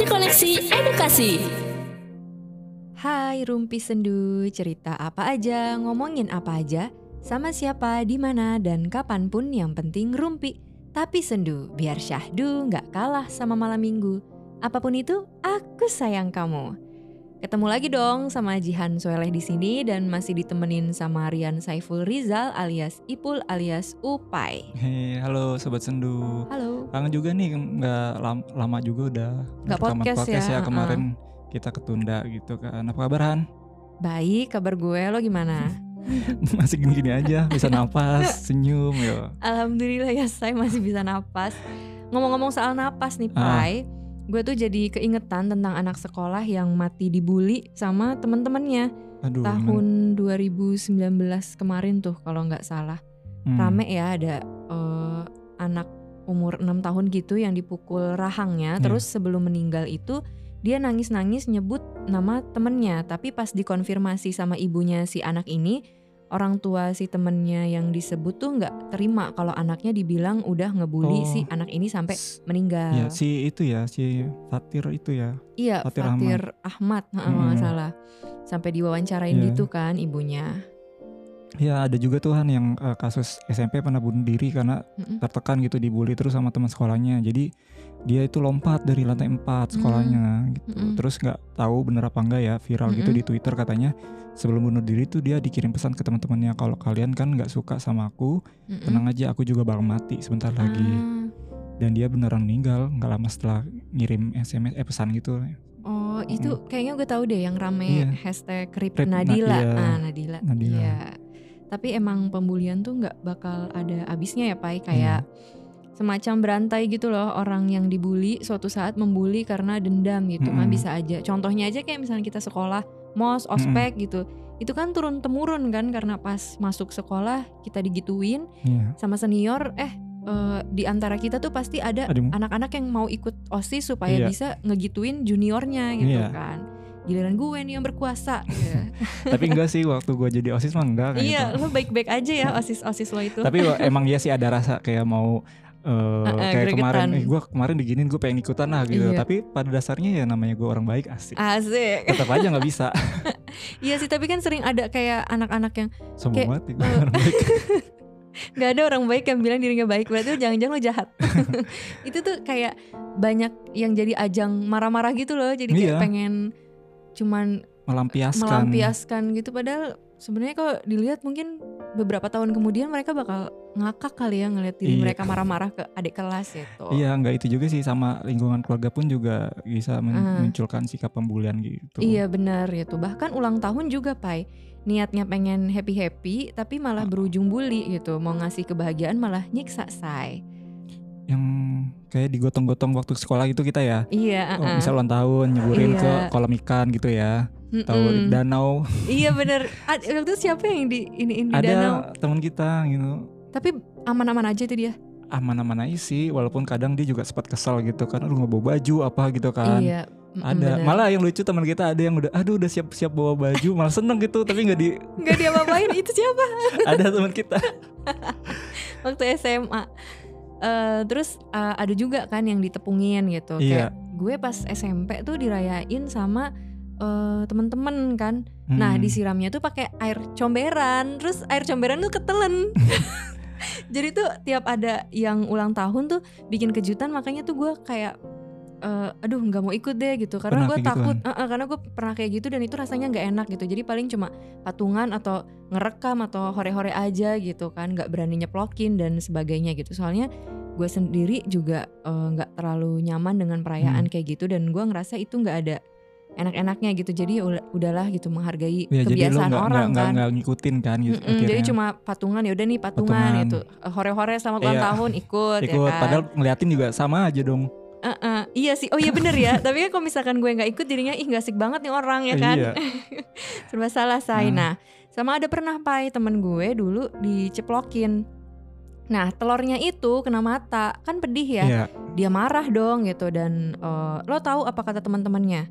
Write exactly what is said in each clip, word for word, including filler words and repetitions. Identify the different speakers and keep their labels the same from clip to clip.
Speaker 1: Kunci Koneksi Edukasi.
Speaker 2: Hai Rumpi Sendu, cerita apa aja, ngomongin apa aja, sama siapa, di mana dan kapanpun yang penting rumpi. Tapi sendu, biar syahdu gak kalah sama malam minggu. Apapun itu, aku sayang kamu. Ketemu lagi dong sama Jihan Soeleh di sini dan masih ditemenin sama Rian Saiful Rizal alias Ipul alias Upai.
Speaker 3: Hei, halo Sobat Sendu.
Speaker 2: Halo.
Speaker 3: Kangen juga nih, nggak lam- lama juga udah
Speaker 2: Nggak podcast,
Speaker 3: podcast ya,
Speaker 2: ya
Speaker 3: kemarin uh. kita ketunda gitu kan. Apa kabar Han?
Speaker 2: Baik, kabar gue, lo gimana?
Speaker 3: Masih gini-gini aja, bisa napas, senyum ya.
Speaker 2: Alhamdulillah ya, saya masih bisa napas. Ngomong-ngomong soal napas nih Pai, uh. gue tuh jadi keingetan tentang anak sekolah yang mati dibully sama temen-temennya.
Speaker 3: Aduh,
Speaker 2: tahun
Speaker 3: gimana?
Speaker 2: dua ribu sembilan belas kemarin tuh kalau gak salah. hmm. Rame ya, ada uh, anak umur enam tahun gitu yang dipukul rahangnya. yeah. Terus sebelum meninggal itu dia nangis-nangis nyebut nama temennya. Tapi pas dikonfirmasi sama ibunya si anak ini, orang tua si temennya yang disebut tuh gak terima kalau anaknya dibilang udah ngebully oh, si anak ini sampai meninggal.
Speaker 3: Iya, si itu ya, si Fatir itu ya.
Speaker 2: Iya, Fatir, Fatir Ahmad, Ahmad hmm. gak salah. Sampai diwawancarain yeah. gitu kan ibunya.
Speaker 3: Ya ada juga Tuhan yang uh, kasus S M P pernah bunuh diri karena mm-mm. tertekan gitu, dibully terus sama teman sekolahnya. Jadi dia itu lompat dari lantai empat sekolahnya mm-hmm. gitu. Mm-hmm. Terus gak tahu bener apa enggak ya, viral mm-hmm. gitu di Twitter katanya sebelum bunuh diri tuh dia dikirim pesan ke teman-temannya, kalau kalian kan gak suka sama aku, mm-hmm. tenang aja, aku juga bakal mati sebentar ah. lagi. Dan dia beneran meninggal gak lama setelah ngirim S M S eh pesan gitu.
Speaker 2: Oh itu mm. kayaknya gue tahu deh yang rame yeah. hashtag Rip
Speaker 3: Rip
Speaker 2: Nadila.
Speaker 3: Na-
Speaker 2: ah Nadila.
Speaker 3: Nadila.
Speaker 2: Iya. Tapi emang pembulian tuh gak bakal ada habisnya ya Pai. Kayak hmm. semacam berantai gitu loh. Orang yang dibully suatu saat membuli karena dendam gitu hmm. kan bisa aja. Contohnya aja kayak misalnya kita sekolah mos, ospek hmm. gitu. Itu kan turun-temurun kan, karena pas masuk sekolah kita digituin yeah. sama senior. Eh uh, di antara kita tuh pasti ada Aduh. anak-anak yang mau ikut OSIS supaya yeah. bisa ngegituin juniornya gitu yeah. kan. Giliran gue nih yang berkuasa gitu.
Speaker 3: Tapi enggak sih, waktu gue jadi OSIS mah enggak kayak
Speaker 2: iya,
Speaker 3: gitu.
Speaker 2: Lo baik-baik aja ya OSIS-OSIS lo itu.
Speaker 3: Tapi emang ya sih ada rasa kayak mau uh, uh, kayak
Speaker 2: gregetan.
Speaker 3: kemarin eh, gue kemarin diginin gue pengen ikutan lah gitu.
Speaker 2: Iya.
Speaker 3: Tapi pada dasarnya ya namanya gue orang baik, asik.
Speaker 2: Asik.
Speaker 3: Tetap aja gak bisa.
Speaker 2: Iya sih, tapi kan sering ada kayak anak-anak yang
Speaker 3: sombong banget ya,
Speaker 2: uh,
Speaker 3: orang baik.
Speaker 2: Gak ada orang baik yang bilang dirinya baik, berarti jangan-jangan lo jahat. Itu tuh kayak banyak yang jadi ajang marah-marah gitu loh. Jadi kayak iya. pengen cuman
Speaker 3: melampiaskan
Speaker 2: melampiaskan gitu, padahal sebenarnya kalau dilihat mungkin beberapa tahun kemudian mereka bakal ngakak kali ya ngeliat diri iya. mereka marah-marah ke adik kelas gitu.
Speaker 3: Iya, nggak itu juga sih, sama lingkungan keluarga pun juga bisa memunculkan uh. sikap pembulian gitu.
Speaker 2: Iya benar gitu. Bahkan ulang tahun juga Pai, niatnya pengen happy-happy tapi malah uh. berujung bully gitu. Mau ngasih kebahagiaan malah nyiksa say.
Speaker 3: Yang kayak digotong-gotong waktu sekolah gitu kita ya.
Speaker 2: Iya.
Speaker 3: Uh-uh. Oh, misal ulang tahun nyeburin iya. ke kolam ikan gitu ya. Mm-mm. Tahu danau.
Speaker 2: Iya bener. Waktu itu siapa yang di ini di
Speaker 3: ada
Speaker 2: danau?
Speaker 3: Ada teman kita gitu.
Speaker 2: Tapi aman-aman aja itu dia.
Speaker 3: Aman-aman aja sih, walaupun kadang dia juga sempat kesel gitu kan, aduh nggak bawa baju apa gitu kan.
Speaker 2: Iya.
Speaker 3: Ada bener. Malah yang lucu teman kita ada yang udah aduh udah siap-siap bawa baju, malah seneng gitu tapi nggak di
Speaker 2: nggak dia apa-apain. Itu siapa?
Speaker 3: Ada teman kita.
Speaker 2: Waktu S M A. Uh, terus uh, ada juga kan yang ditepungin gitu.
Speaker 3: Iya.
Speaker 2: Kayak gue pas S M P tuh dirayain sama uh, temen-temen kan. Hmm. Nah disiramnya tuh pakai air comberan. Terus air comberan tuh ketelen. Jadi tuh tiap ada yang ulang tahun tuh bikin kejutan, makanya tuh gue kayak uh, aduh nggak mau ikut deh gitu. Karena gue takut. Gitu, uh, uh, karena gue pernah kayak gitu dan itu rasanya nggak enak gitu. Jadi paling cuma patungan atau ngerekam atau hore-hore aja gitu kan, nggak berani nyeplokin dan sebagainya gitu. Soalnya gue sendiri juga nggak uh, terlalu nyaman dengan perayaan hmm. kayak gitu, dan gue ngerasa itu nggak ada enak-enaknya gitu. Jadi ya udahlah gitu, menghargai ya, kebiasaan
Speaker 3: jadi
Speaker 2: orang
Speaker 3: gak,
Speaker 2: kan.
Speaker 3: Nggak ngikutin kan gitu.
Speaker 2: Jadi cuma patungan, ya udah nih patungan, patungan gitu. Hore-hore selamat ulang iya. tahun ikut,
Speaker 3: ikut
Speaker 2: ya kan.
Speaker 3: Padahal ngeliatin juga sama aja dong.
Speaker 2: Uh-uh, iya sih, oh iya bener ya. Tapi kan kalau misalkan gue nggak ikut jadinya ih nggak asik banget nih orang ya kan. Iya. Serba salah say. Hmm. Nah sama ada pernah Pai temen gue dulu diceplokin. Nah telurnya itu kena mata, kan pedih ya.
Speaker 3: Yeah.
Speaker 2: Dia marah dong gitu, dan uh, lo tahu apa kata teman-temannya?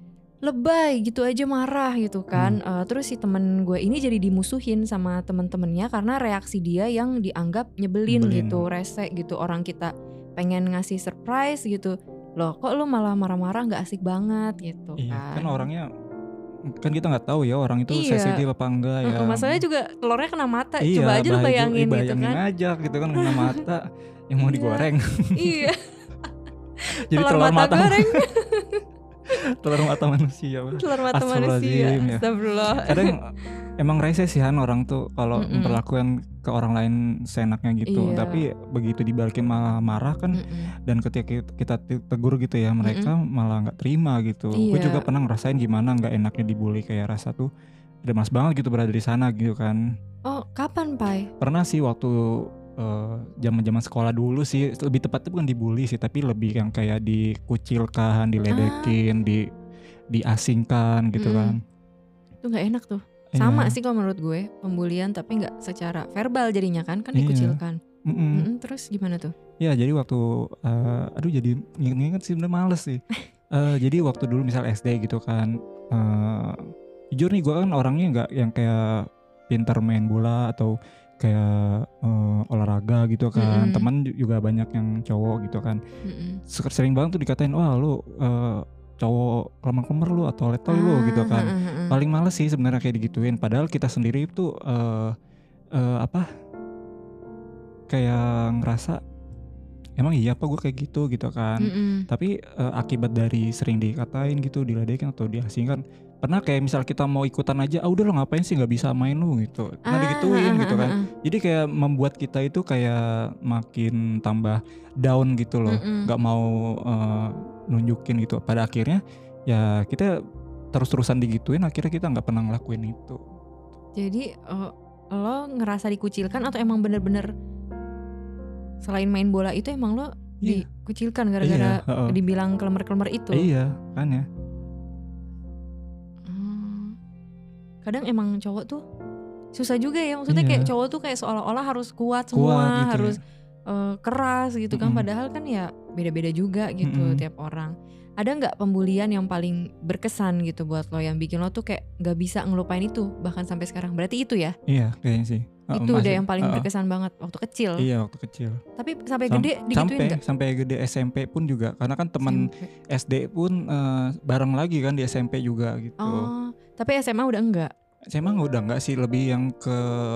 Speaker 2: Lebay gitu aja marah gitu kan. hmm. uh, Terus si temen gue ini jadi dimusuhin sama temen-temennya karena reaksi dia yang dianggap nyebelin, nyebelin. gitu, rese gitu. Orang kita pengen ngasih surprise gitu, loh kok lu malah marah-marah nggak asik banget gitu
Speaker 3: Iya,
Speaker 2: kan.
Speaker 3: kan orangnya kan kita nggak tahu ya orang itu
Speaker 2: Iya.
Speaker 3: sensitif apa enggak ya.
Speaker 2: Heeh, masalahnya juga telurnya kena mata.
Speaker 3: Iya,
Speaker 2: Coba aja lu
Speaker 3: bahaya juga.
Speaker 2: bayangin,
Speaker 3: Ih,
Speaker 2: gitu
Speaker 3: bayangin
Speaker 2: kan.
Speaker 3: aja gitu kan kena mata yang mau
Speaker 2: Iya.
Speaker 3: digoreng.
Speaker 2: Iya.
Speaker 3: Jadi
Speaker 2: Telur
Speaker 3: telur
Speaker 2: mata
Speaker 3: mata
Speaker 2: goreng.
Speaker 3: telur mata manusia.
Speaker 2: Telur mata manusia.
Speaker 3: Astagfirullahaladzim, ya.
Speaker 2: Astagfirullah.
Speaker 3: Kadang emang rese sih Han orang tuh kalau
Speaker 2: Mm-mm.
Speaker 3: memperlakukan ke orang lain seenaknya gitu.
Speaker 2: Iya.
Speaker 3: Tapi begitu dibalikin malah marah kan.
Speaker 2: Mm-mm.
Speaker 3: Dan ketika kita tegur gitu ya, mereka
Speaker 2: Mm-mm.
Speaker 3: malah nggak terima gitu.
Speaker 2: Iya.
Speaker 3: Gue juga pernah ngerasain gimana nggak enaknya dibully, kayak rasa tuh udah mas banget gitu berada di sana gitu kan.
Speaker 2: Oh, kapan, Pai?
Speaker 3: Pernah sih waktu zaman-zaman uh, sekolah dulu sih, lebih tepatnya bukan dibully sih, tapi lebih yang kayak dikucilkan, diledekin, ah. di diasingkan gitu
Speaker 2: Mm-mm.
Speaker 3: kan.
Speaker 2: Itu nggak enak tuh. Sama iya. sih kalau menurut gue, pembulian tapi nggak secara verbal jadinya kan, kan dikucilkan. Iya. Mm-mm. Mm-mm, terus gimana tuh?
Speaker 3: Ya jadi waktu, uh, aduh jadi inget-inget sih bener males sih. uh, jadi waktu dulu misal S D gitu kan, uh, jujur nih gue kan orangnya nggak yang kayak pintar main bola atau kayak uh, olahraga gitu kan. Mm-mm. Teman juga banyak yang cowok gitu kan. Mm-mm. Sering banget tuh dikatain, wah lu uh, cowok lemah-lemah lu atau letoy ah, lu gitu kan. Uh, uh, uh. Paling males sih sebenarnya kayak digituin. Padahal kita sendiri itu uh, uh, apa kayak ngerasa emang iya apa gue kayak gitu gitu kan. Mm-mm. Tapi uh, akibat dari sering dikatain gitu, diledekin atau diasingkan, pernah kayak misal kita mau ikutan aja, ah udah lo ngapain sih nggak bisa main lu gitu, pernah ah, digituin ah, gitu kan. Ah, ah. Jadi kayak membuat kita itu kayak makin tambah down gitu loh, nggak mau uh, nunjukin gitu. Pada akhirnya ya kita terus-terusan digituin, akhirnya kita nggak pernah ngelakuin itu.
Speaker 2: Jadi uh, lo ngerasa dikucilkan atau emang bener-bener selain main bola itu emang lo yeah. dikucilkan gara-gara yeah, uh-uh. dibilang kelemer-kelemer itu?
Speaker 3: Iya kan ya.
Speaker 2: Hmm. Kadang emang cowok tuh susah juga ya, maksudnya yeah. kayak cowok tuh kayak seolah-olah harus kuat semua, kuat gitu harus ya. uh, keras gitu kan, mm-hmm. padahal kan ya beda-beda juga gitu mm-hmm. tiap orang. Ada nggak pembulian yang paling berkesan gitu buat lo, yang bikin lo tuh kayak nggak bisa ngelupain itu bahkan sampai sekarang? Berarti itu ya?
Speaker 3: Iya kayaknya sih. Oh,
Speaker 2: itu
Speaker 3: masih,
Speaker 2: udah yang paling
Speaker 3: uh,
Speaker 2: berkesan banget waktu kecil.
Speaker 3: Iya waktu kecil.
Speaker 2: Tapi sampai
Speaker 3: Sam-
Speaker 2: gede digituin
Speaker 3: sampai,
Speaker 2: nggak?
Speaker 3: Sampai gede S M P pun juga, karena kan teman S D pun uh, bareng lagi kan di S M P juga gitu.
Speaker 2: Oh, tapi S M A udah enggak?
Speaker 3: S M A udah enggak sih, lebih yang ke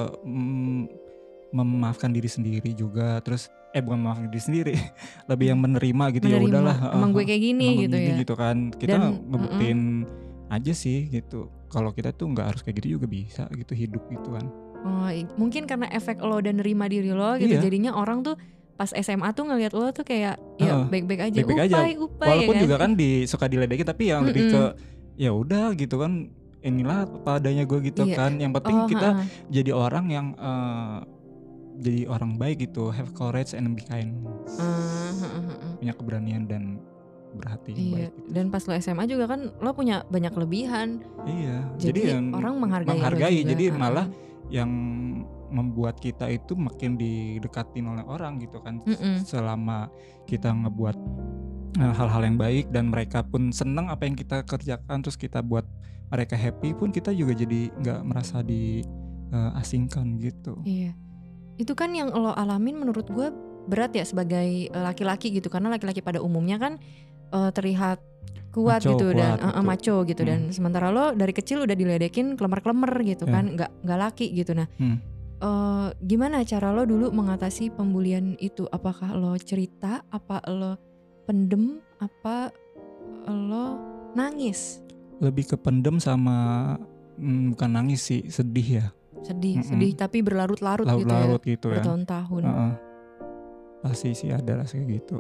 Speaker 3: mm, memaafkan diri sendiri juga, terus eh bukan memaafkan diri sendiri, lebih yang menerima gitu. Menerima. Ya udahlah.
Speaker 2: Emang uh, gue kayak gini gitu
Speaker 3: gini
Speaker 2: ya.
Speaker 3: Gitu kan. Kita
Speaker 2: Dan,
Speaker 3: ngebuktiin uh-uh. aja sih gitu. Kalau kita tuh nggak harus kayak gitu juga bisa gitu hidup gitu kan.
Speaker 2: Oh, mungkin karena efek lo dan nerima diri lo gitu, iya. jadinya orang tuh pas S M A tuh ngelihat lo tuh kayak ya uh, baik-baik aja,
Speaker 3: baik-baik
Speaker 2: upai,
Speaker 3: aja.
Speaker 2: upai.
Speaker 3: Walaupun
Speaker 2: ya kan?
Speaker 3: juga kan di, suka diledekin, tapi yang lebih ke ya udah gitu kan, inilah padanya gue gitu iya. kan. Yang penting oh, kita ha-ha. jadi orang yang uh, jadi orang baik gitu, have courage and be kind, uh, uh-uh. punya keberanian dan berhati yang
Speaker 2: iya.
Speaker 3: baik gitu.
Speaker 2: Dan pas lo S M A juga kan lo punya banyak kelebihan.
Speaker 3: Iya.
Speaker 2: Jadi,
Speaker 3: jadi
Speaker 2: orang menghargai,
Speaker 3: menghargai
Speaker 2: juga.
Speaker 3: Jadi
Speaker 2: uh-uh.
Speaker 3: malah yang membuat kita itu makin didekatin oleh orang gitu kan. Mm-mm. Selama kita ngebuat uh, hal-hal yang baik dan mereka pun senang apa yang kita kerjakan, terus kita buat mereka happy pun, kita juga jadi nggak merasa diasingkan uh, gitu.
Speaker 2: Iya. Itu kan yang lo alamin menurut gue berat ya sebagai laki-laki gitu, karena laki-laki pada umumnya kan uh, terlihat kuat macho, gitu kuat, dan uh, uh, macho gitu hmm. dan sementara lo dari kecil udah diledekin klemer-klemer gitu yeah. kan, nggak nggak laki gitu. Nah hmm. uh, gimana cara lo dulu mengatasi pembulian itu? Apakah lo cerita, apa lo pendem, apa lo nangis?
Speaker 3: Lebih ke pendem sama mm, bukan nangis sih, sedih ya.
Speaker 2: Sedih, Mm-mm. sedih tapi berlarut-larut gitu ya,
Speaker 3: larut gitu ya.
Speaker 2: Bertahun-tahun.
Speaker 3: Uh-uh. Pasti sih ada rasa kayak gitu.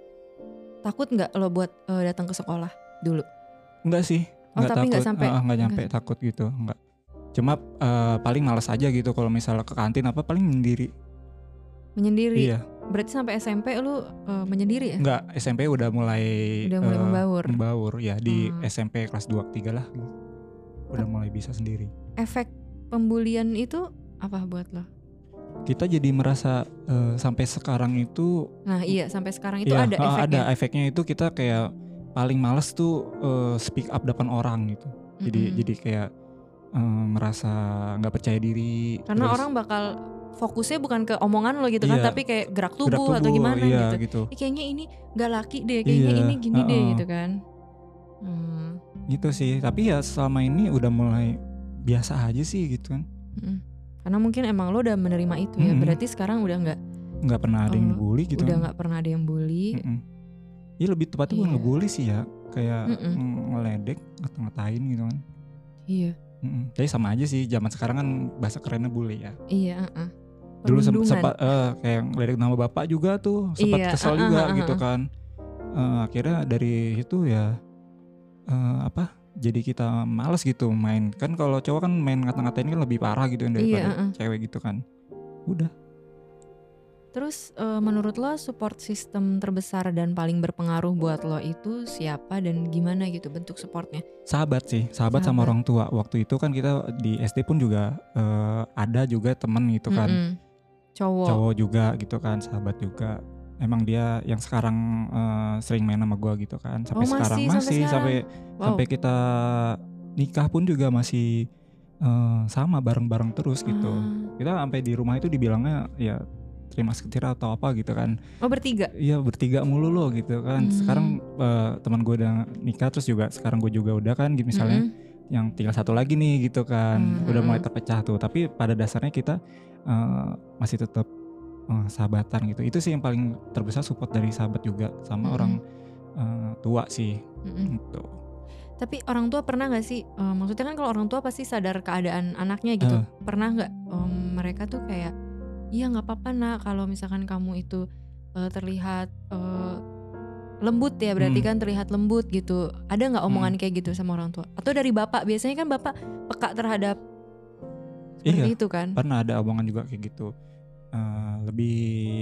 Speaker 2: Takut nggak lo buat uh, datang ke sekolah dulu?
Speaker 3: Enggak sih,
Speaker 2: oh,
Speaker 3: nggak
Speaker 2: tapi
Speaker 3: takut.
Speaker 2: Nggak sampai,
Speaker 3: uh, nggak nyampe enggak. Takut gitu, enggak. Cuma uh, paling malas aja gitu kalau misalnya ke kantin apa paling menyendiri.
Speaker 2: Menyendiri?
Speaker 3: Iya.
Speaker 2: Berarti sampai S M P lu uh, menyendiri ya?
Speaker 3: Enggak, S M P udah mulai
Speaker 2: udah mulai uh, membaur.
Speaker 3: Membaur ya di hmm. S M P kelas dua tiga lah. Udah mulai bisa sendiri.
Speaker 2: Efek pembulian itu apa buat lo?
Speaker 3: Kita jadi merasa uh, sampai sekarang itu.
Speaker 2: Nah iya, sampai sekarang itu
Speaker 3: iya,
Speaker 2: ada efeknya.
Speaker 3: Ada efeknya itu, kita kayak paling males tuh uh, speak up depan orang gitu. Jadi mm-hmm. jadi kayak uh, merasa nggak percaya diri.
Speaker 2: Karena
Speaker 3: terus,
Speaker 2: orang bakal fokusnya bukan ke omongan lo gitu kan,
Speaker 3: Iya.
Speaker 2: tapi kayak gerak
Speaker 3: Gerak
Speaker 2: tubuh,
Speaker 3: tubuh,
Speaker 2: atau gimana
Speaker 3: iya
Speaker 2: gitu.
Speaker 3: gitu.
Speaker 2: Ih, kayaknya ini gak laki deh, kayaknya
Speaker 3: Iya,
Speaker 2: ini gini deh
Speaker 3: heeh.
Speaker 2: gitu kan. Hmm.
Speaker 3: Gitu sih, tapi ya selama ini udah mulai biasa aja sih gitu kan.
Speaker 2: Mm-mm. Karena mungkin emang lo udah menerima itu ya,
Speaker 3: Mm-mm.
Speaker 2: berarti sekarang udah gak
Speaker 3: Nggak pernah ada yang
Speaker 2: uh,
Speaker 3: bully gitu
Speaker 2: udah
Speaker 3: kan.
Speaker 2: gak pernah ada yang bully.
Speaker 3: Mm-mm. Ya lebih tepatnya bukan
Speaker 2: Iya.
Speaker 3: ngebully sih ya, kayak
Speaker 2: Mm-mm.
Speaker 3: ng- ngeledek, ngata-ngatain gitu kan.
Speaker 2: Iya.
Speaker 3: Mm-mm. Jadi sama aja sih, zaman sekarang kan bahasa kerennya bully ya.
Speaker 2: Iya, uh-uh.
Speaker 3: Dulu sem-
Speaker 2: Perundungan.
Speaker 3: sempat eh, kayak ngeledek nama bapak juga tuh, sempat
Speaker 2: Iya,
Speaker 3: kesel
Speaker 2: uh-uh,
Speaker 3: juga
Speaker 2: uh-uh.
Speaker 3: gitu kan. Eh, akhirnya dari itu ya eh, apa? Jadi kita males gitu main. Kan kalau cowok kan main ngata-ngatain kan lebih parah gitu kan daripada
Speaker 2: Iya, uh-uh.
Speaker 3: cewek gitu kan. Udah.
Speaker 2: Terus uh, menurut lo support system terbesar dan paling berpengaruh buat lo itu siapa dan gimana gitu bentuk supportnya?
Speaker 3: Sahabat sih, sahabat, sama
Speaker 2: Sahabat.
Speaker 3: orang tua. Waktu itu kan kita di S D pun juga eh, ada juga temen gitu kan.
Speaker 2: Mm-mm. Cowok.
Speaker 3: Cowok juga gitu kan, sahabat juga. Emang dia yang sekarang eh, sering main sama gue gitu kan. Sampai
Speaker 2: Oh, masih,
Speaker 3: sekarang
Speaker 2: sampai
Speaker 3: masih
Speaker 2: sekarang?
Speaker 3: sampai
Speaker 2: Wow.
Speaker 3: sampai kita nikah pun juga masih eh, sama bareng-bareng terus gitu.
Speaker 2: Ah.
Speaker 3: Kita sampai di rumah itu dibilangnya ya terima seketir atau apa gitu kan.
Speaker 2: Oh, bertiga?
Speaker 3: Iya, bertiga mulu lo gitu kan.
Speaker 2: Hmm.
Speaker 3: Sekarang eh, teman gue udah nikah, terus juga sekarang gue juga udah kan misalnya
Speaker 2: Mm-mm.
Speaker 3: yang tinggal satu lagi nih gitu kan.
Speaker 2: Hmm.
Speaker 3: Udah mulai terpecah tuh, tapi pada dasarnya kita eh, masih tetap eh, sahabatan gitu. Itu sih yang paling terbesar, support dari sahabat juga sama
Speaker 2: Mm-mm.
Speaker 3: orang eh, tua sih.
Speaker 2: Mm-mm.
Speaker 3: Gitu.
Speaker 2: Tapi orang tua pernah gak sih, uh, maksudnya kan kalau orang tua pasti sadar keadaan anaknya gitu,
Speaker 3: Uh.
Speaker 2: pernah gak um, mereka tuh kayak, iya gak apa-apa nak kalau misalkan kamu itu uh, terlihat uh, lembut ya, berarti
Speaker 3: Hmm.
Speaker 2: kan terlihat lembut gitu. Ada gak omongan
Speaker 3: Hmm.
Speaker 2: kayak gitu sama orang tua? Atau dari bapak, biasanya kan bapak peka terhadap seperti
Speaker 3: Iya,
Speaker 2: itu kan?
Speaker 3: pernah ada omongan juga kayak gitu. Eh, lebih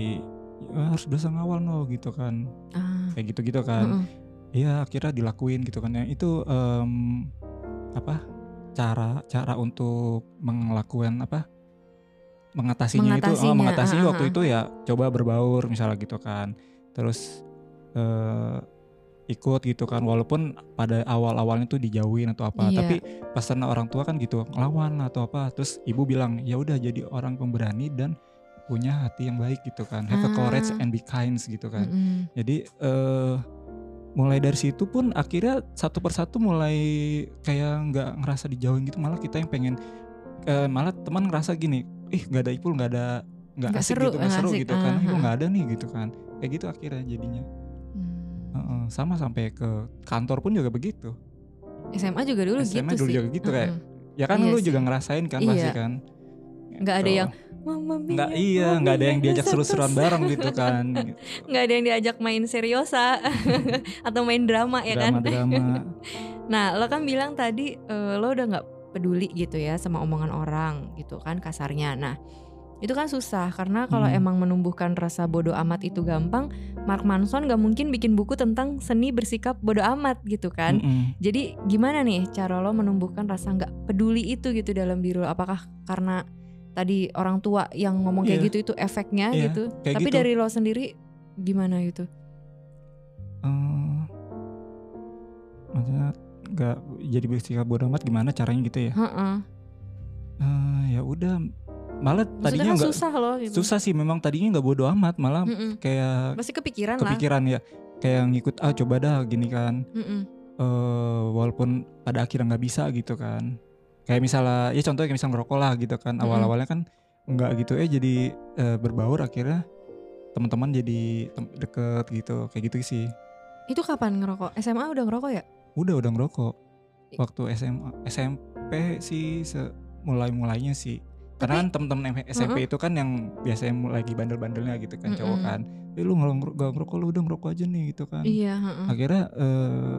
Speaker 3: "Ya, harus bisa ngawal no gitu kan.
Speaker 2: Ah.
Speaker 3: Kayak gitu-gitu kan.
Speaker 2: Mm-mm.
Speaker 3: Iya, akhirnya dilakuin gitu kan ya. Itu em, apa cara cara untuk melakukan apa mengatasinya, itu oh,
Speaker 2: Mengatasinya,
Speaker 3: mengatasinya
Speaker 2: ah,
Speaker 3: waktu
Speaker 2: ah.
Speaker 3: itu ya coba berbaur misalnya gitu kan. Terus eh, ikut gitu kan, walaupun pada awal-awalnya tuh dijauhin atau apa,
Speaker 2: Iya.
Speaker 3: tapi pesan orang tua kan gitu ngelawan atau apa. Terus ibu bilang ya udah jadi orang pemberani dan punya hati yang baik gitu kan, have a courage
Speaker 2: Ah.
Speaker 3: and be kind gitu kan.
Speaker 2: Mm-mm.
Speaker 3: Jadi eh mulai dari situ pun akhirnya satu persatu mulai kayak nggak ngerasa dijauhin gitu, malah kita yang pengen eh, malah teman ngerasa gini, ih nggak ada Ipul, nggak ada nggak
Speaker 2: Nggak
Speaker 3: asik
Speaker 2: seru,
Speaker 3: gitu, nggak
Speaker 2: nggak
Speaker 3: seru
Speaker 2: asik.
Speaker 3: gitu kan,
Speaker 2: Ah,
Speaker 3: Ipul
Speaker 2: ah.
Speaker 3: nggak ada nih gitu kan, kayak gitu akhirnya jadinya.
Speaker 2: Hmm.
Speaker 3: Heeh, sama sampai ke kantor pun juga begitu.
Speaker 2: S M A juga dulu
Speaker 3: S M A
Speaker 2: gitu
Speaker 3: dulu
Speaker 2: sih.
Speaker 3: juga gitu kayak,
Speaker 2: Mm-mm.
Speaker 3: ya kan
Speaker 2: Iya
Speaker 3: lu
Speaker 2: sih.
Speaker 3: juga ngerasain kan
Speaker 2: Iya.
Speaker 3: pasti kan.
Speaker 2: Nggak ada
Speaker 3: Gitu.
Speaker 2: yang Mama Mia,
Speaker 3: nggak iya
Speaker 2: Mama
Speaker 3: nggak ada
Speaker 2: Mia,
Speaker 3: yang diajak
Speaker 2: satu
Speaker 3: seru-seruan
Speaker 2: satu.
Speaker 3: bareng gitu kan. Gitu.
Speaker 2: Nggak ada yang diajak main seriosa atau main drama ya kan.
Speaker 3: Drama-drama.
Speaker 2: Nah lo kan bilang tadi eh, lo udah nggak peduli gitu ya sama omongan orang gitu kan kasarnya. Nah itu kan susah karena kalau
Speaker 3: Hmm.
Speaker 2: emang menumbuhkan rasa bodoh amat itu gampang, Mark Manson gak mungkin bikin buku tentang seni bersikap bodoh amat gitu kan.
Speaker 3: Mm-mm.
Speaker 2: Jadi gimana nih cara lo menumbuhkan rasa nggak peduli itu gitu dalam diri lo? Apakah karena tadi orang tua yang ngomong kayak
Speaker 3: Iya.
Speaker 2: gitu itu efeknya
Speaker 3: Iya,
Speaker 2: gitu?
Speaker 3: kayak
Speaker 2: Tapi
Speaker 3: gitu.
Speaker 2: dari lo sendiri gimana gitu?
Speaker 3: Eh, maksudnya nggak jadi bersikap bodoh amat gimana caranya gitu ya?
Speaker 2: Heeh.
Speaker 3: Eh, ya udah, malah
Speaker 2: Maksudnya
Speaker 3: tadinya
Speaker 2: kan
Speaker 3: nggak
Speaker 2: susah loh gitu.
Speaker 3: susah sih, memang tadinya nggak bodoh amat, malah
Speaker 2: Mm-mm.
Speaker 3: kayak
Speaker 2: Pasti kepikiran lah.
Speaker 3: kepikiran ya, kayak ngikut ah coba dah gini kan.
Speaker 2: Mm-mm.
Speaker 3: Eh, walaupun pada akhirnya nggak bisa gitu kan. Kayak misalnya ya contohnya kayak misal ngerokok lah gitu kan.
Speaker 2: Mm-mm.
Speaker 3: Awal-awalnya kan nggak gitu eh jadi eh, berbaur, akhirnya teman-teman jadi tem- deket gitu, kayak gitu sih.
Speaker 2: Itu kapan ngerokok? S M A udah ngerokok ya?
Speaker 3: Udah udah ngerokok waktu S M A S M P sih se- mulai-mulainya sih. Karena kan temen-temen S M P itu kan yang biasanya mulai lagi bandel-bandelnya gitu kan, cowok
Speaker 2: Mm-mm.
Speaker 3: kan. Eh lu nggak nggak ngerokok, lu udah ngerokok aja nih gitu kan.
Speaker 2: Iya. Heeh.
Speaker 3: Akhirnya eh,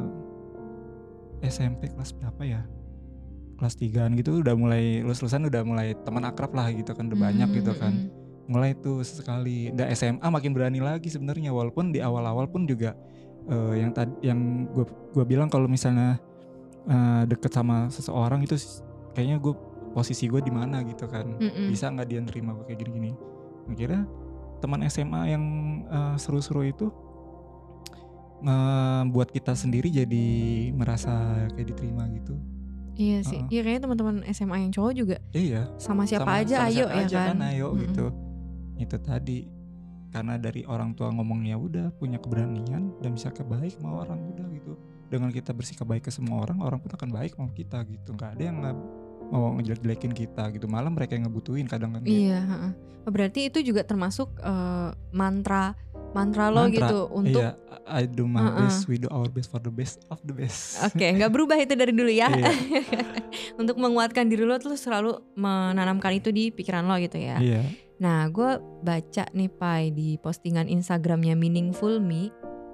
Speaker 3: S M P kelas berapa ya? Kelas tigaan gitu udah mulai lulus-lulusan, udah mulai teman akrab lah gitu kan, udah banyak gitu kan.
Speaker 2: Mm-mm.
Speaker 3: Mulai tuh sesekali. Dan S M A makin berani lagi sebenarnya, walaupun di awal-awal pun juga eh, yang tadi yang gue gue bilang kalau misalnya eh, deket sama seseorang itu s- kayaknya gue posisi gue di mana gitu kan.
Speaker 2: Mm-mm.
Speaker 3: Bisa nggak dia nerima gue kayak gini-gini. Akhirnya teman S M A yang eh, seru-seru itu eh, buat kita sendiri jadi merasa kayak diterima gitu.
Speaker 2: Iya sih,
Speaker 3: Heeh.
Speaker 2: iya kayaknya teman-teman S M A yang cowok juga
Speaker 3: Iya,
Speaker 2: sama siapa
Speaker 3: sama
Speaker 2: aja
Speaker 3: sama
Speaker 2: ayo
Speaker 3: siapa
Speaker 2: ya
Speaker 3: aja
Speaker 2: kan.
Speaker 3: kan ayo
Speaker 2: Mm-mm.
Speaker 3: gitu. Itu tadi karena dari orang tua ngomongnya udah punya keberanian dan bisa kebaik sama orang udah gitu. Dengan kita bersikap baik ke semua orang, orang pun akan baik sama kita gitu. Nggak ada yang nggak mau ngejelek-jelekin kita gitu. Malah mereka yang ngebutuhin kadang kan.
Speaker 2: Iya, heeh. Berarti itu juga termasuk uh, mantra mantra lo
Speaker 3: Mantra,
Speaker 2: gitu untuk
Speaker 3: iya, I do my
Speaker 2: Heeh.
Speaker 3: best, we do our best for the best of the best.
Speaker 2: Oke, nggak berubah itu dari dulu ya.
Speaker 3: Iya.
Speaker 2: Untuk menguatkan diri lo tuh selalu menanamkan itu di pikiran lo gitu ya.
Speaker 3: Iya.
Speaker 2: Nah, gue baca nih Pai di postingan Instagramnya Meaningful Me,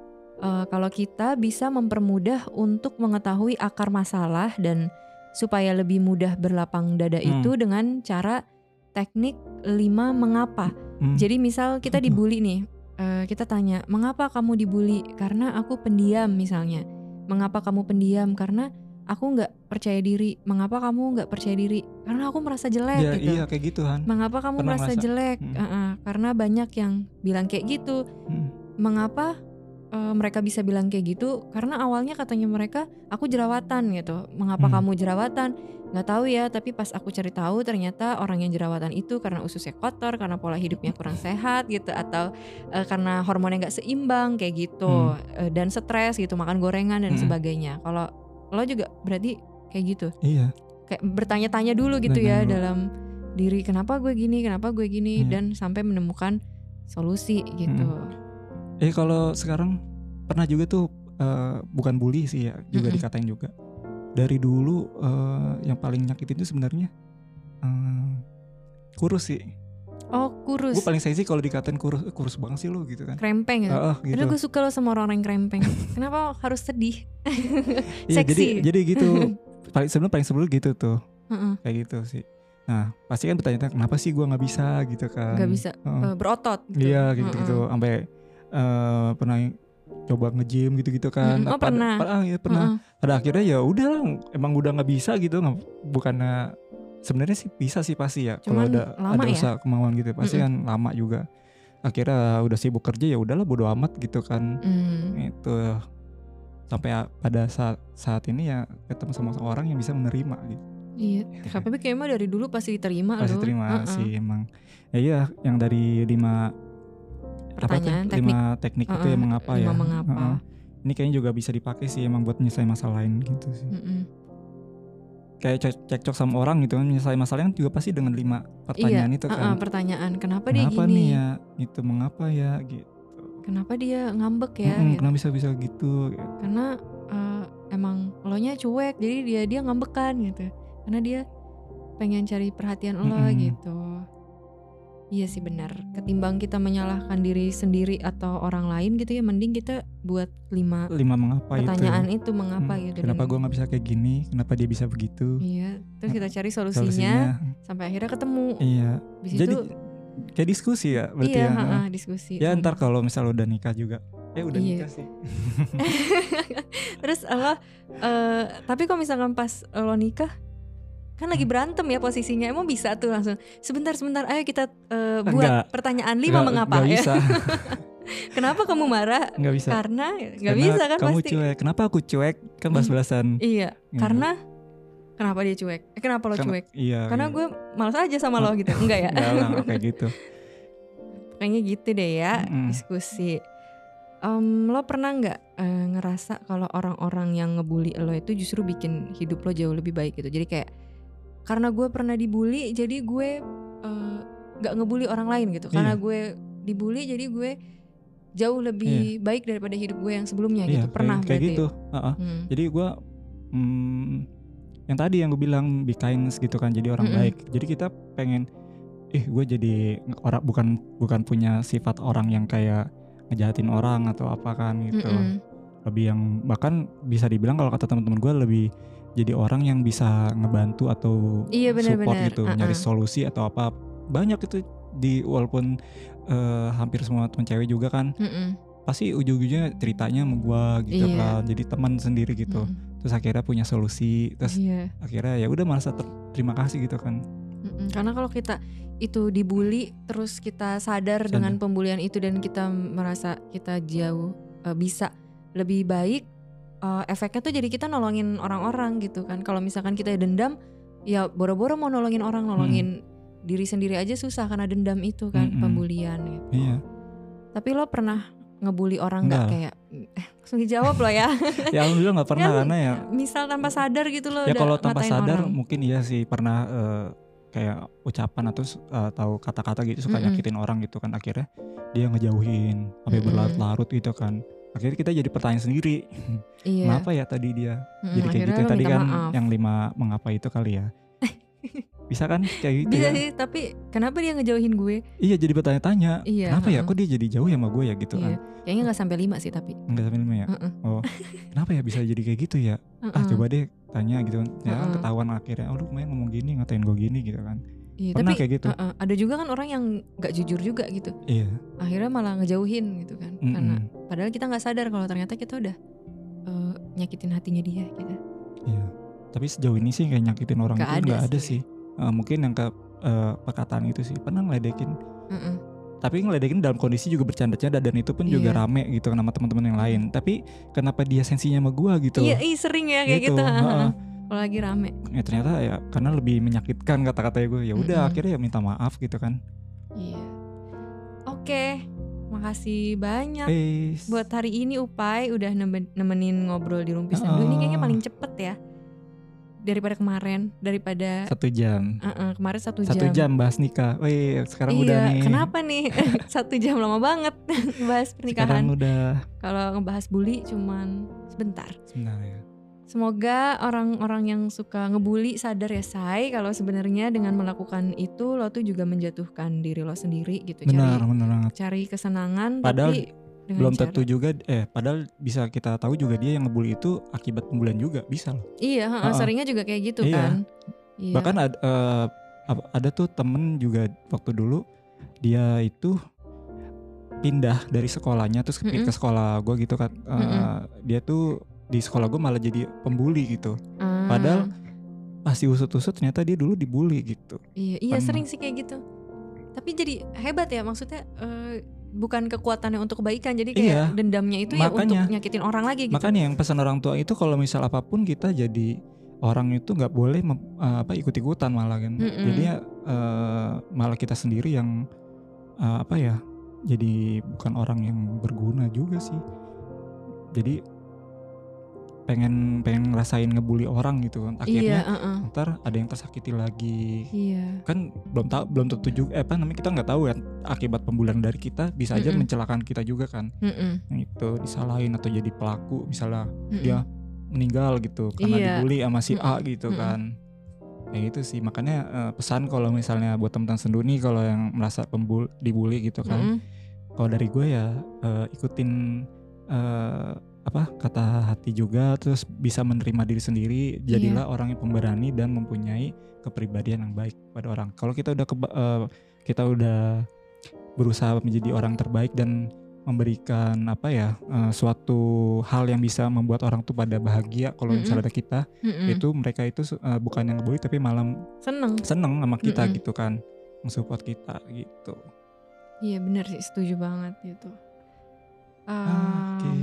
Speaker 2: uh, kalau kita bisa mempermudah untuk mengetahui akar masalah dan supaya lebih mudah berlapang dada
Speaker 3: Hmm.
Speaker 2: itu dengan cara teknik lima mengapa.
Speaker 3: Hmm.
Speaker 2: Jadi misal kita dibully nih, uh, kita tanya, mengapa kamu dibully? Karena aku pendiam misalnya. Mengapa kamu pendiam? Karena aku nggak percaya diri. Mengapa kamu nggak percaya diri? Karena aku merasa jelek
Speaker 3: Ya,
Speaker 2: gitu.
Speaker 3: iya kayak gitu Han.
Speaker 2: Mengapa kamu
Speaker 3: Pernah
Speaker 2: merasa
Speaker 3: ngerasa.
Speaker 2: jelek?
Speaker 3: Hmm.
Speaker 2: Uh-uh, karena banyak yang bilang kayak gitu.
Speaker 3: Hmm.
Speaker 2: Mengapa uh, mereka bisa bilang kayak gitu? Karena awalnya katanya mereka aku jerawatan gitu. Mengapa
Speaker 3: Hmm.
Speaker 2: kamu jerawatan? Nggak tahu ya. Tapi pas aku cari tahu ternyata orang yang jerawatan itu karena ususnya kotor, karena pola hidupnya kurang sehat gitu, atau uh, karena hormonnya nggak seimbang kayak gitu,
Speaker 3: Hmm.
Speaker 2: uh, dan stres gitu, makan gorengan dan
Speaker 3: Hmm.
Speaker 2: sebagainya. Kalau lo juga berarti kayak gitu?
Speaker 3: Iya.
Speaker 2: Kayak bertanya-tanya dulu gitu ya
Speaker 3: Tanya dulu.
Speaker 2: dalam diri, kenapa gue gini, kenapa gue gini,
Speaker 3: Iya.
Speaker 2: dan sampai menemukan solusi gitu.
Speaker 3: Eh kalau sekarang pernah juga tuh uh, bukan bully sih ya, juga
Speaker 2: Mm-mm.
Speaker 3: dikatain juga. Dari dulu uh, yang paling nyakitin itu sebenarnya uh, kurus sih.
Speaker 2: Oh kurus,
Speaker 3: Gue paling sensi kalau dikatain kurus, kurus banget sih lo gitu kan.
Speaker 2: krempeng ya.
Speaker 3: Heeh, gitu.
Speaker 2: Padahal gue suka lo sama orang-orang yang krempeng. Kenapa harus sedih?
Speaker 3: Iya jadi
Speaker 2: Seksi.
Speaker 3: jadi gitu. Paling sebenarnya paling sebelum gitu tuh.
Speaker 2: Heeh.
Speaker 3: Kayak gitu sih. Nah pasti kan bertanya kenapa sih gue nggak bisa gitu kan.
Speaker 2: Nggak bisa
Speaker 3: Heeh.
Speaker 2: uh, berotot gitu.
Speaker 3: Iya kayak
Speaker 2: Heeh.
Speaker 3: gitu. Sampai uh, pernah coba nge-gym gitu-gitu kan.
Speaker 2: Mm-mm. Oh,
Speaker 3: Pada-
Speaker 2: pernah.
Speaker 3: pada- ah, iya, pernah.
Speaker 2: Heeh.
Speaker 3: Pada akhirnya ya udah lah, emang udah nggak bisa gitu. Nggak- bukannya sebenarnya sih bisa sih pasti ya. Kalau
Speaker 2: Cuman
Speaker 3: ada
Speaker 2: lama
Speaker 3: ada
Speaker 2: ya?
Speaker 3: usaha kemauan gitu pasti
Speaker 2: Mm-mm.
Speaker 3: kan lama juga. Akhirnya udah sibuk kerja ya udahlah bodo amat gitu kan.
Speaker 2: Hmm.
Speaker 3: Itu sampai a- pada saat saat ini ya ketemu sama seorang yang bisa menerima gitu.
Speaker 2: Iya. Tapi kayaknya mah dari dulu pasti diterima
Speaker 3: Pasti
Speaker 2: lo.
Speaker 3: terima
Speaker 2: Heeh.
Speaker 3: sih emang. Ya iya yang dari lima apa tuh?
Speaker 2: Pertanyaan, teknik.
Speaker 3: Lima teknik itu
Speaker 2: Heeh,
Speaker 3: yang mengapa
Speaker 2: lima
Speaker 3: ya.
Speaker 2: mengapa.
Speaker 3: Heeh. Ini kayaknya juga bisa dipakai sih emang buat menyelesaikan masalah lain gitu sih.
Speaker 2: Mm-mm.
Speaker 3: Kayak cek- cekcok sama orang gitu kan menyelesaikan masalah kan juga pasti dengan lima pertanyaan
Speaker 2: Iya,
Speaker 3: itu
Speaker 2: heeh,
Speaker 3: kan.
Speaker 2: pertanyaan kenapa dia
Speaker 3: Kenapa
Speaker 2: gini?
Speaker 3: nih ya? Itu mengapa ya gitu.
Speaker 2: Kenapa dia ngambek ya?
Speaker 3: Mm-mm,
Speaker 2: gitu.
Speaker 3: Kenapa bisa bisa gitu? gitu.
Speaker 2: Karena uh, emang elonya cuek, jadi dia dia ngambekan gitu. Karena dia pengen cari perhatian lo
Speaker 3: Mm-mm.
Speaker 2: gitu. Iya sih benar. Ketimbang kita menyalahkan diri sendiri atau orang lain gitu ya, mending kita buat lima
Speaker 3: Lima mengapa
Speaker 2: pertanyaan
Speaker 3: itu.
Speaker 2: itu, mengapa
Speaker 3: Hmm,
Speaker 2: gitu.
Speaker 3: Kenapa
Speaker 2: Dan-
Speaker 3: gue nggak bisa kayak gini? Kenapa dia bisa begitu?
Speaker 2: Iya, terus kita cari solusinya,
Speaker 3: Solusinya.
Speaker 2: sampai akhirnya ketemu.
Speaker 3: Iya.
Speaker 2: Habis
Speaker 3: Jadi
Speaker 2: itu
Speaker 3: kayak diskusi ya berarti
Speaker 2: iya,
Speaker 3: ya.
Speaker 2: ha-ha, diskusi.
Speaker 3: Ya
Speaker 2: sama-
Speaker 3: ntar kalau misal udah nikah juga. Eh udah
Speaker 2: Iya.
Speaker 3: nikah sih.
Speaker 2: Terus lo, eh, tapi kalau misalkan pas lo nikah, kan lagi berantem ya posisinya, emang bisa tuh langsung sebentar sebentar, ayo kita eh, buat
Speaker 3: Enggak.
Speaker 2: pertanyaan lima
Speaker 3: Nggak-
Speaker 2: mengapa
Speaker 3: nggak
Speaker 2: ya?
Speaker 3: bisa.
Speaker 2: Kenapa kamu marah?
Speaker 3: Nggak bisa.
Speaker 2: Karena nggak
Speaker 3: Karena
Speaker 2: bisa kan
Speaker 3: kamu
Speaker 2: pasti.
Speaker 3: cuek. Kenapa aku cuek? Kan balas-balasan.
Speaker 2: Iya,
Speaker 3: Iya.
Speaker 2: karena kenapa dia cuek? Eh, kenapa lo
Speaker 3: Karena-
Speaker 2: cuek?
Speaker 3: Iya.
Speaker 2: Karena
Speaker 3: iya.
Speaker 2: gue malas aja sama lo gitu, enggak ya?
Speaker 3: Nggak lah, nggak kayak gitu.
Speaker 2: Kayaknya gitu deh ya,
Speaker 3: Mm-mm.
Speaker 2: diskusi. Em, lo pernah nggak eh, ngerasa kalau orang-orang yang ngebully lo itu justru bikin hidup lo jauh lebih baik gitu? Jadi kayak karena gue pernah dibully, jadi gue eh, nggak ngebully orang lain gitu. Karena
Speaker 3: Iya.
Speaker 2: gue dibully, jadi gue jauh lebih baik daripada hidup gue yang sebelumnya
Speaker 3: Iya,
Speaker 2: gitu. Pernah
Speaker 3: kayak, kayak
Speaker 2: berarti?
Speaker 3: gitu. Heeh.
Speaker 2: Hmm.
Speaker 3: Jadi gue hmm, yang tadi yang gue bilang be kindness gitu kan, jadi orang
Speaker 2: Mm-mm.
Speaker 3: baik. Jadi kita pengen, ih gue jadi orang bukan bukan punya sifat orang yang kayak ngejahatin orang atau apa kan gitu.
Speaker 2: Mm-mm.
Speaker 3: Lebih yang bahkan bisa dibilang kalau kata teman-teman gue lebih jadi orang yang bisa ngebantu atau
Speaker 2: Iya,
Speaker 3: support
Speaker 2: benar-benar.
Speaker 3: gitu,
Speaker 2: Uh-uh.
Speaker 3: nyari solusi atau apa. Banyak itu di walaupun eh, hampir semua teman cewek juga kan
Speaker 2: Mm-mm.
Speaker 3: pasti ujung-ujungnya ceritanya sama gue gitu
Speaker 2: Iya.
Speaker 3: kan, jadi teman sendiri gitu.
Speaker 2: Mm-mm.
Speaker 3: Terus akhirnya punya solusi, terus
Speaker 2: Iya.
Speaker 3: akhirnya ya udah merasa ter- terima kasih gitu kan.
Speaker 2: Mm-mm. Karena kalau kita itu dibully, terus kita sadar
Speaker 3: Sadar.
Speaker 2: dengan pembulian itu dan kita merasa kita jauh eh, bisa lebih baik, uh, efeknya tuh jadi kita nolongin orang-orang gitu kan. Kalau misalkan kita dendam, ya boro-boro mau nolongin orang, nolongin hmm. diri sendiri aja susah karena dendam itu kan, hmm-hmm. pembulian gitu.
Speaker 3: Iya.
Speaker 2: Tapi lo pernah ngebully orang nggak kayak eh, langsung dijawab lo ya?
Speaker 3: Ya alhamdulillah nggak pernah, kan, karena ya.
Speaker 2: Misal tanpa sadar gitu lo.
Speaker 3: Ya kalau tanpa sadar
Speaker 2: orang.
Speaker 3: Mungkin iya sih pernah uh, kayak ucapan atau uh, tahu kata-kata gitu suka mm-hmm. nyakitin orang gitu kan, akhirnya dia ngejauhin sampai mm-hmm. berlarut-larut gitu kan. Akhirnya kita jadi pertanyaan sendiri. Iya. Kenapa ya tadi dia mm-hmm. jadi kayak gitu tadi kan maaf. Yang lima mengapa itu kali ya. Bisa kan kayak gitu.
Speaker 2: Bisa
Speaker 3: ya.
Speaker 2: sih, tapi kenapa dia ngejauhin gue?
Speaker 3: Iya, jadi bertanya-tanya.
Speaker 2: Iya,
Speaker 3: kenapa
Speaker 2: uh-uh.
Speaker 3: ya kok dia jadi jauh ya sama gue ya gitu iya. kan.
Speaker 2: Kayaknya gak sampai lima sih tapi.
Speaker 3: Enggak sampai lima ya? Uh-uh. Oh, kenapa ya bisa jadi kayak gitu ya? Uh-uh. Ah coba deh tanya gitu kan. Ya uh-uh. ketahuan akhirnya, oh lu kemarin ngomong gini, ngatain gue gini gitu kan.
Speaker 2: Iya,
Speaker 3: pernah
Speaker 2: tapi
Speaker 3: kayak gitu.
Speaker 2: Uh-uh. Ada juga kan orang yang gak jujur juga gitu.
Speaker 3: Iya.
Speaker 2: Akhirnya malah ngejauhin gitu kan.
Speaker 3: Mm-mm.
Speaker 2: Karena padahal kita gak sadar kalau ternyata kita udah uh, nyakitin hatinya dia gitu.
Speaker 3: Iya. Tapi sejauh ini sih kayak nyakitin orang gak itu ada gak ada sih. Uh, mungkin yang ke uh, perkataan itu sih pernah ngeledekin. Mm-mm. Tapi ngeledekin dalam kondisi juga bercanda-canda dan itu pun iya. juga rame gitu sama teman-teman yang lain. Tapi kenapa dia sensinya sama gua gitu?
Speaker 2: Iya, iya sering ya kayak gitu. gitu. Kalau lagi rame.
Speaker 3: Ya ternyata ya karena lebih menyakitkan kata-katanya gue. Ya udah akhirnya ya minta maaf gitu kan.
Speaker 2: Iya. Oke, makasih banyak
Speaker 3: Peace.
Speaker 2: buat hari ini Upai udah nemenin ngobrol di Rumpi Sendu. Uh. Ini kayaknya paling cepet ya. Daripada kemarin, daripada
Speaker 3: satu jam.
Speaker 2: Uh-uh, kemarin satu,
Speaker 3: satu
Speaker 2: jam.
Speaker 3: Satu jam bahas nikah. Wih, sekarang
Speaker 2: iya,
Speaker 3: udah nih.
Speaker 2: Kenapa nih? Satu jam lama banget bahas pernikahan.
Speaker 3: Sekarang udah.
Speaker 2: Kalau ngebahas bully cuman sebentar.
Speaker 3: Sebentar ya.
Speaker 2: Semoga orang-orang yang suka ngebully sadar ya Say, kalau sebenarnya dengan melakukan itu lo tuh juga menjatuhkan diri lo sendiri gitu.
Speaker 3: Benar,
Speaker 2: cari,
Speaker 3: benar banget.
Speaker 2: Cari kesenangan.
Speaker 3: Padahal
Speaker 2: tapi
Speaker 3: belum
Speaker 2: cara.
Speaker 3: tentu juga eh padahal bisa kita tahu juga dia yang ngebully itu akibat pembulian juga bisa loh.
Speaker 2: Iya, uh-uh. seringnya juga kayak gitu
Speaker 3: iya.
Speaker 2: kan. Iya.
Speaker 3: Bahkan ada, uh, ada tuh temen juga waktu dulu dia itu pindah dari sekolahnya terus mm-mm. ke sekolah gue gitu kan. Uh, dia tuh di sekolah gue malah jadi pembuli gitu. Mm. Padahal pasti usut-usut ternyata dia dulu dibully gitu.
Speaker 2: Iya, iya sering sih kayak gitu. Tapi jadi hebat ya maksudnya. Uh, bukan kekuatannya untuk kebaikan, jadi kayak iya, dendamnya itu makanya, ya untuk nyakitin orang lagi gitu.
Speaker 3: Makanya yang pesan orang tua itu kalau misal apapun kita jadi orang itu nggak boleh mem, uh, apa ikut-ikutan malah kan. Mm-mm. Jadi ya uh, malah kita sendiri yang uh, apa ya jadi bukan orang yang berguna juga sih. Jadi pengen pengen ngerasain ngebully orang gitu kan, akhirnya
Speaker 2: iya, uh-uh.
Speaker 3: ntar ada yang tersakiti lagi.
Speaker 2: Iya.
Speaker 3: Kan belum tahu belum tentu juga eh, apa namanya kita nggak tahu ya akibat pembulian dari kita bisa aja Mm-mm. mencelakakan kita juga kan. Nah, itu disalahin atau jadi pelaku misalnya Mm-mm. dia meninggal gitu karena iya. dibully sama si A gitu Mm-mm. kan. Kayak gitu sih, makanya uh, pesan kalau misalnya buat teman-teman sendu nih kalau yang merasa pembul dibully gitu kan, Mm-mm. kalau dari gue ya uh, ikutin uh, apa kata hati juga, terus bisa menerima diri sendiri, jadilah iya. orang yang pemberani dan mempunyai kepribadian yang baik pada orang. Kalau kita udah keba- uh, kita udah berusaha menjadi orang terbaik dan memberikan apa ya uh, suatu hal yang bisa membuat orang tuh pada bahagia kalau Mm-mm. misalnya ada kita, Mm-mm. itu mereka itu uh, bukan yang ngebully tapi malah
Speaker 2: seneng
Speaker 3: seneng sama kita
Speaker 2: Mm-mm.
Speaker 3: gitu kan, mensupport kita gitu.
Speaker 2: Iya benar sih, setuju banget gitu. Um,
Speaker 3: okay.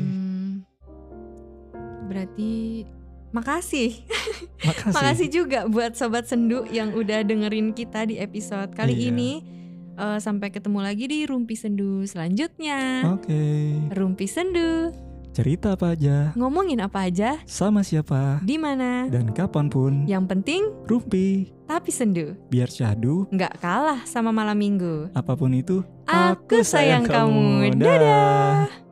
Speaker 2: Berarti makasih.
Speaker 3: Makasih.
Speaker 2: Makasih juga buat Sobat Sendu yang udah dengerin kita di episode kali iya. ini. Uh, sampai ketemu lagi di Rumpi Sendu selanjutnya.
Speaker 3: Oke. Okay.
Speaker 2: Rumpi Sendu.
Speaker 3: Cerita apa aja.
Speaker 2: Ngomongin apa aja.
Speaker 3: Sama siapa.
Speaker 2: Di mana.
Speaker 3: Dan kapanpun.
Speaker 2: Yang penting.
Speaker 3: Rumpi.
Speaker 2: Tapi sendu.
Speaker 3: Biar syahdu.
Speaker 2: Nggak kalah sama malam minggu.
Speaker 3: Apapun itu.
Speaker 2: Aku, aku sayang, sayang kamu. kamu. Dadah.